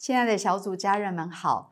亲爱的小组家人们好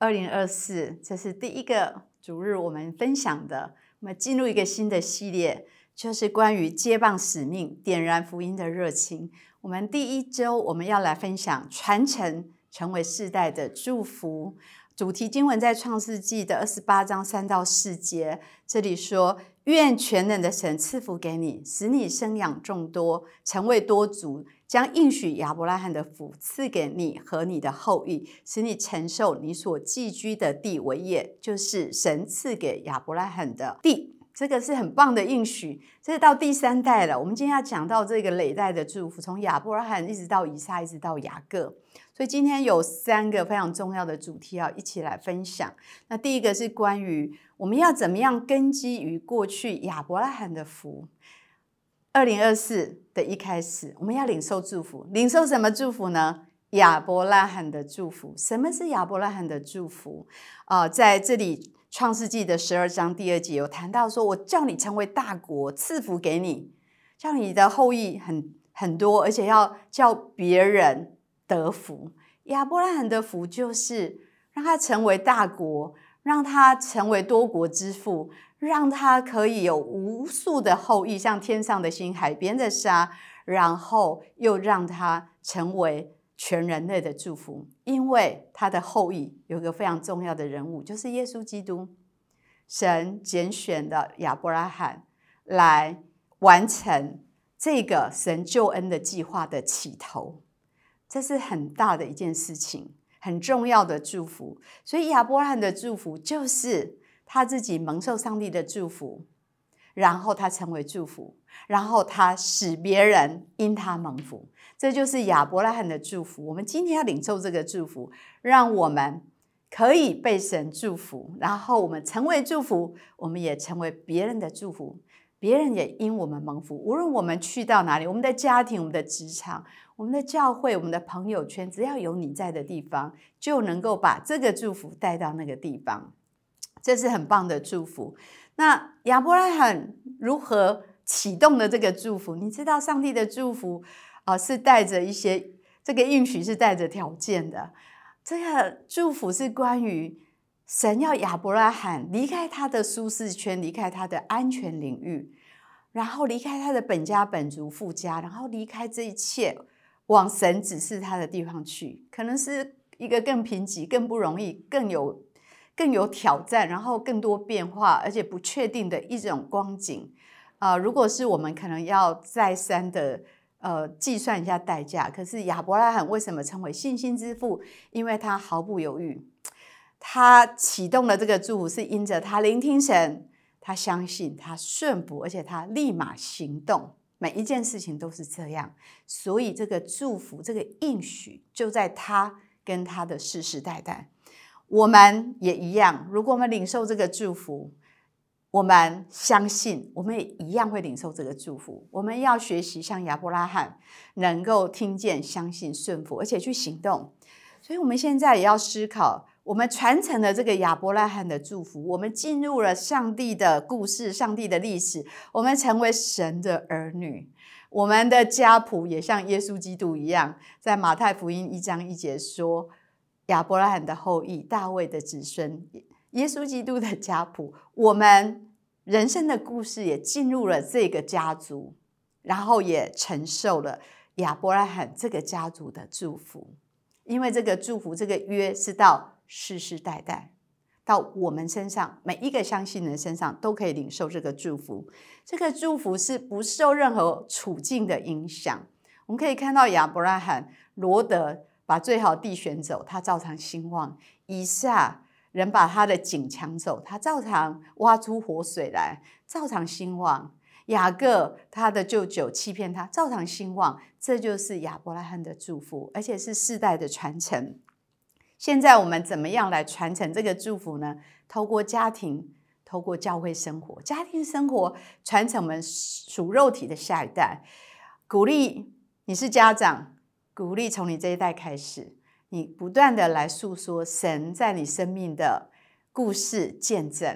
，2024这是第一个主日我们分享的，我们进入一个新的系列，就是关于接棒使命，点燃福音的热情。我们第一周我们要来分享传承，成为世代的祝福。主题经文在创世纪的28章3到4节，这里说：愿全能的神赐福给你，使你生养众多，成为多族，将应许亚伯拉罕的福赐给你和你的后裔，使你承受你所寄居的地为业，就是神赐给亚伯拉罕的地。这个是很棒的应许，这是到第3代了。我们今天要讲到这个累代的祝福，从亚伯拉罕一直到以撒，一直到雅各。所以今天有3个非常重要的主题要一起来分享。那第一个是关于我们要怎么样根基于过去亚伯拉罕的福。2024的一开始，我们要领受祝福。领受什么祝福呢？亚伯拉罕的祝福。什么是亚伯拉罕的祝福？在这里创世纪的12章第2节有谈到说，我叫你成为大国，赐福给你，叫你的后裔很多，而且要叫别人得福。亚伯拉罕的福就是让他成为大国，让他成为多国之父，让他可以有无数的后裔，像天上的星，海边的沙，然后又让他成为全人类的祝福。因为他的后裔有一个非常重要的人物，就是耶稣基督。神拣选了亚伯拉罕来完成这个神救恩的计划的起头，这是很大的一件事情，很重要的祝福。所以亚伯拉罕的祝福就是他自己蒙受上帝的祝福，然后他成为祝福，然后他使别人因他蒙福，这就是亚伯拉罕的祝福。我们今天要领受这个祝福，让我们可以被神祝福，然后我们成为祝福，我们也成为别人的祝福，别人也因我们蒙福。无论我们去到哪里，我们的家庭，我们的职场，我们的教会，我们的朋友圈，只要有你在的地方，就能够把这个祝福带到那个地方。这是很棒的祝福。那亚伯拉罕如何启动的这个祝福？你知道上帝的祝福是带着一些，这个应许是带着条件的。这个祝福是关于神要亚伯拉罕离开他的舒适圈，离开他的安全领域，然后离开他的本家本族父家，然后离开这一切，往神指示他的地方去。可能是一个更贫瘠、更不容易、更有挑战，然后更多变化，而且不确定的一种光景。如果是我们可能要再三的计算一下代价。可是亚伯拉罕为什么成为信心之父？因为他毫不犹豫，他启动了这个祝福是因着他聆听神，他相信，他顺服，而且他立马行动。每一件事情都是这样，所以这个祝福，这个应许就在他跟他的世世代代。我们也一样，如果我们领受这个祝福，我们相信，我们也一样会领受这个祝福。我们要学习像亚伯拉罕，能够听见、相信、顺服，而且去行动。所以我们现在也要思考，我们传承了这个亚伯拉罕的祝福，我们进入了上帝的故事、上帝的历史，我们成为神的儿女。我们的家谱也像耶稣基督一样，在马太福音1章1节说，亚伯拉罕的后裔，大卫的子孙，耶稣基督的家谱，我们人生的故事也进入了这个家族，然后也承受了亚伯拉罕这个家族的祝福。因为这个祝福，这个约是到世世代代，到我们身上，每一个相信人身上都可以领受这个祝福。这个祝福是不受任何处境的影响。我们可以看到亚伯拉罕，罗得把最好地选走，他照常兴旺；以撒人把他的井抢走，他照常挖出活水来，照常兴旺；雅各他的舅舅欺骗他，照常兴旺。这就是亚伯拉罕的祝福，而且是世代的传承。现在我们怎么样来传承这个祝福呢？透过家庭，透过教会生活，家庭生活传承我们属肉体的下一代。鼓励你是家长，鼓励从你这一代开始，你不断的来诉说神在你生命的故事见证。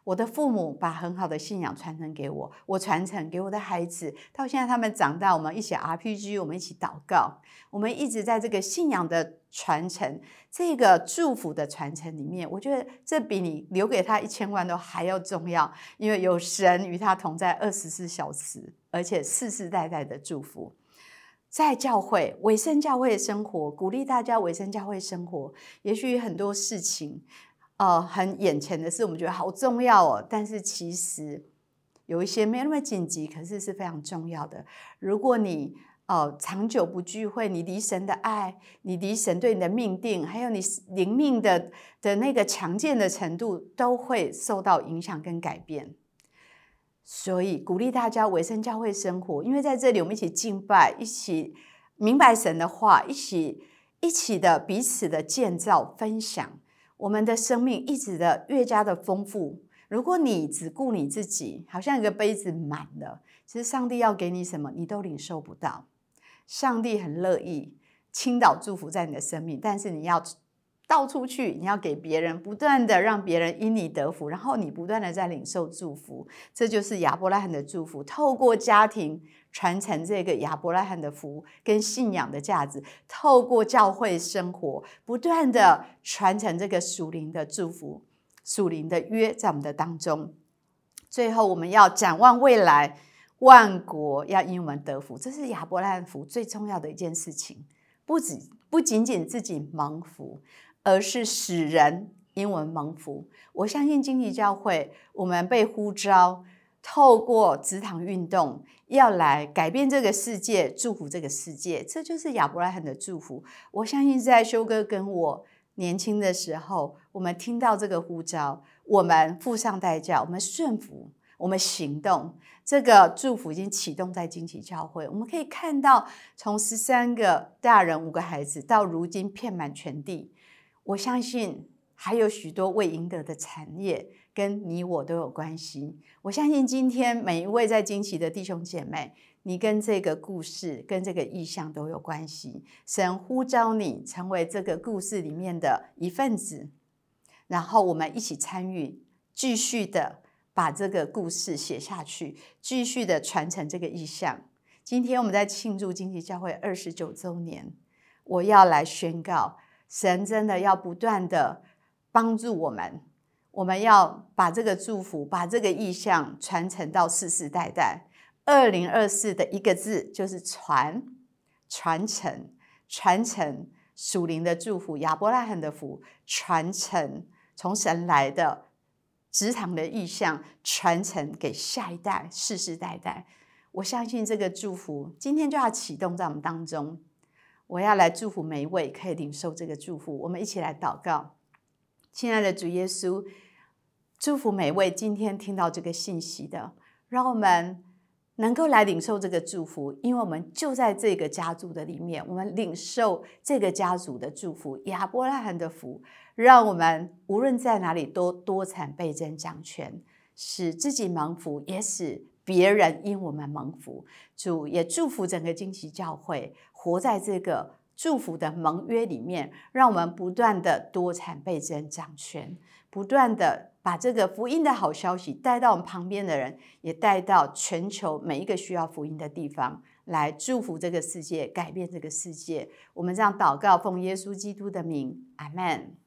我的父母把很好的信仰传承给我，我传承给我的孩子，到现在他们长大，我们一起 RPG， 我们一起祷告，我们一直在这个信仰的传承，这个祝福的传承里面，我觉得这比你留给他1000万都还要重要，因为有神与他同在24小时，而且世世代代的祝福。在教会委身教会生活，鼓励大家委身教会生活。也许很多事情很眼前的事我们觉得好重要哦，但是其实有一些没那么紧急，可是是非常重要的。如果你长久不聚会，你离神的爱，你离神对你的命定，还有你灵命的那个强健的程度，都会受到影响跟改变。所以鼓励大家委身教会生活，因为在这里我们一起敬拜，一起明白神的话，一起的彼此的建造分享，我们的生命一直的越加的丰富。如果你只顾你自己，好像一个杯子满了，其实上帝要给你什么你都领受不到。上帝很乐意倾倒祝福在你的生命，但是你要倒出去，你要给别人，不断的让别人因你得福，然后你不断的在领受祝福。这就是亚伯拉罕的祝福，透过家庭传承这个亚伯拉罕的福跟信仰的价值，透过教会生活不断的传承这个属灵的祝福，属灵的约在我们的当中。最后我们要展望未来，万国要因我们得福，这是亚伯拉罕福最重要的一件事情。不仅仅自己蒙福，而是使人因我们蒙福。我相信荆棘教会，我们被呼召透过职堂运动要来改变这个世界，祝福这个世界，这就是亚伯拉罕的祝福。我相信在修哥跟我年轻的时候，我们听到这个呼召，我们付上代价，我们顺服，我们行动，这个祝福已经启动在荆棘教会。我们可以看到从13个大人5个孩子到如今遍满全地，我相信还有许多未赢得的产业跟你我都有关系。我相信今天每一位在荆棘的弟兄姐妹，你跟这个故事跟这个意象都有关系。神呼召你成为这个故事里面的一份子，然后我们一起参与，继续的把这个故事写下去，继续的传承这个意象。今天我们在庆祝荆棘教会29周年，我要来宣告，神真的要不断的帮助我们，我们要把这个祝福，把这个意象传承到世世代代。2024的一个字就是传承属灵的祝福，亚伯拉罕的福，传承从神来的职场的意象，传承给下一代，世世代代。我相信这个祝福今天就要启动在我们当中。我要来祝福每一位可以领受这个祝福，我们一起来祷告。亲爱的主耶稣，祝福每位今天听到这个信息的，让我们能够来领受这个祝福，因为我们就在这个家族的里面，我们领受这个家族的祝福，亚伯拉罕的福，让我们无论在哪里都多产倍增掌权，使自己蒙福，也使别人因我们蒙福。主也祝福整个荆棘教会，活在这个祝福的盟约里面，让我们不断的多产倍增掌权，不断的把这个福音的好消息带到我们旁边的人，也带到全球每一个需要福音的地方，来祝福这个世界，改变这个世界。我们这样祷告，奉耶稣基督的名，阿们。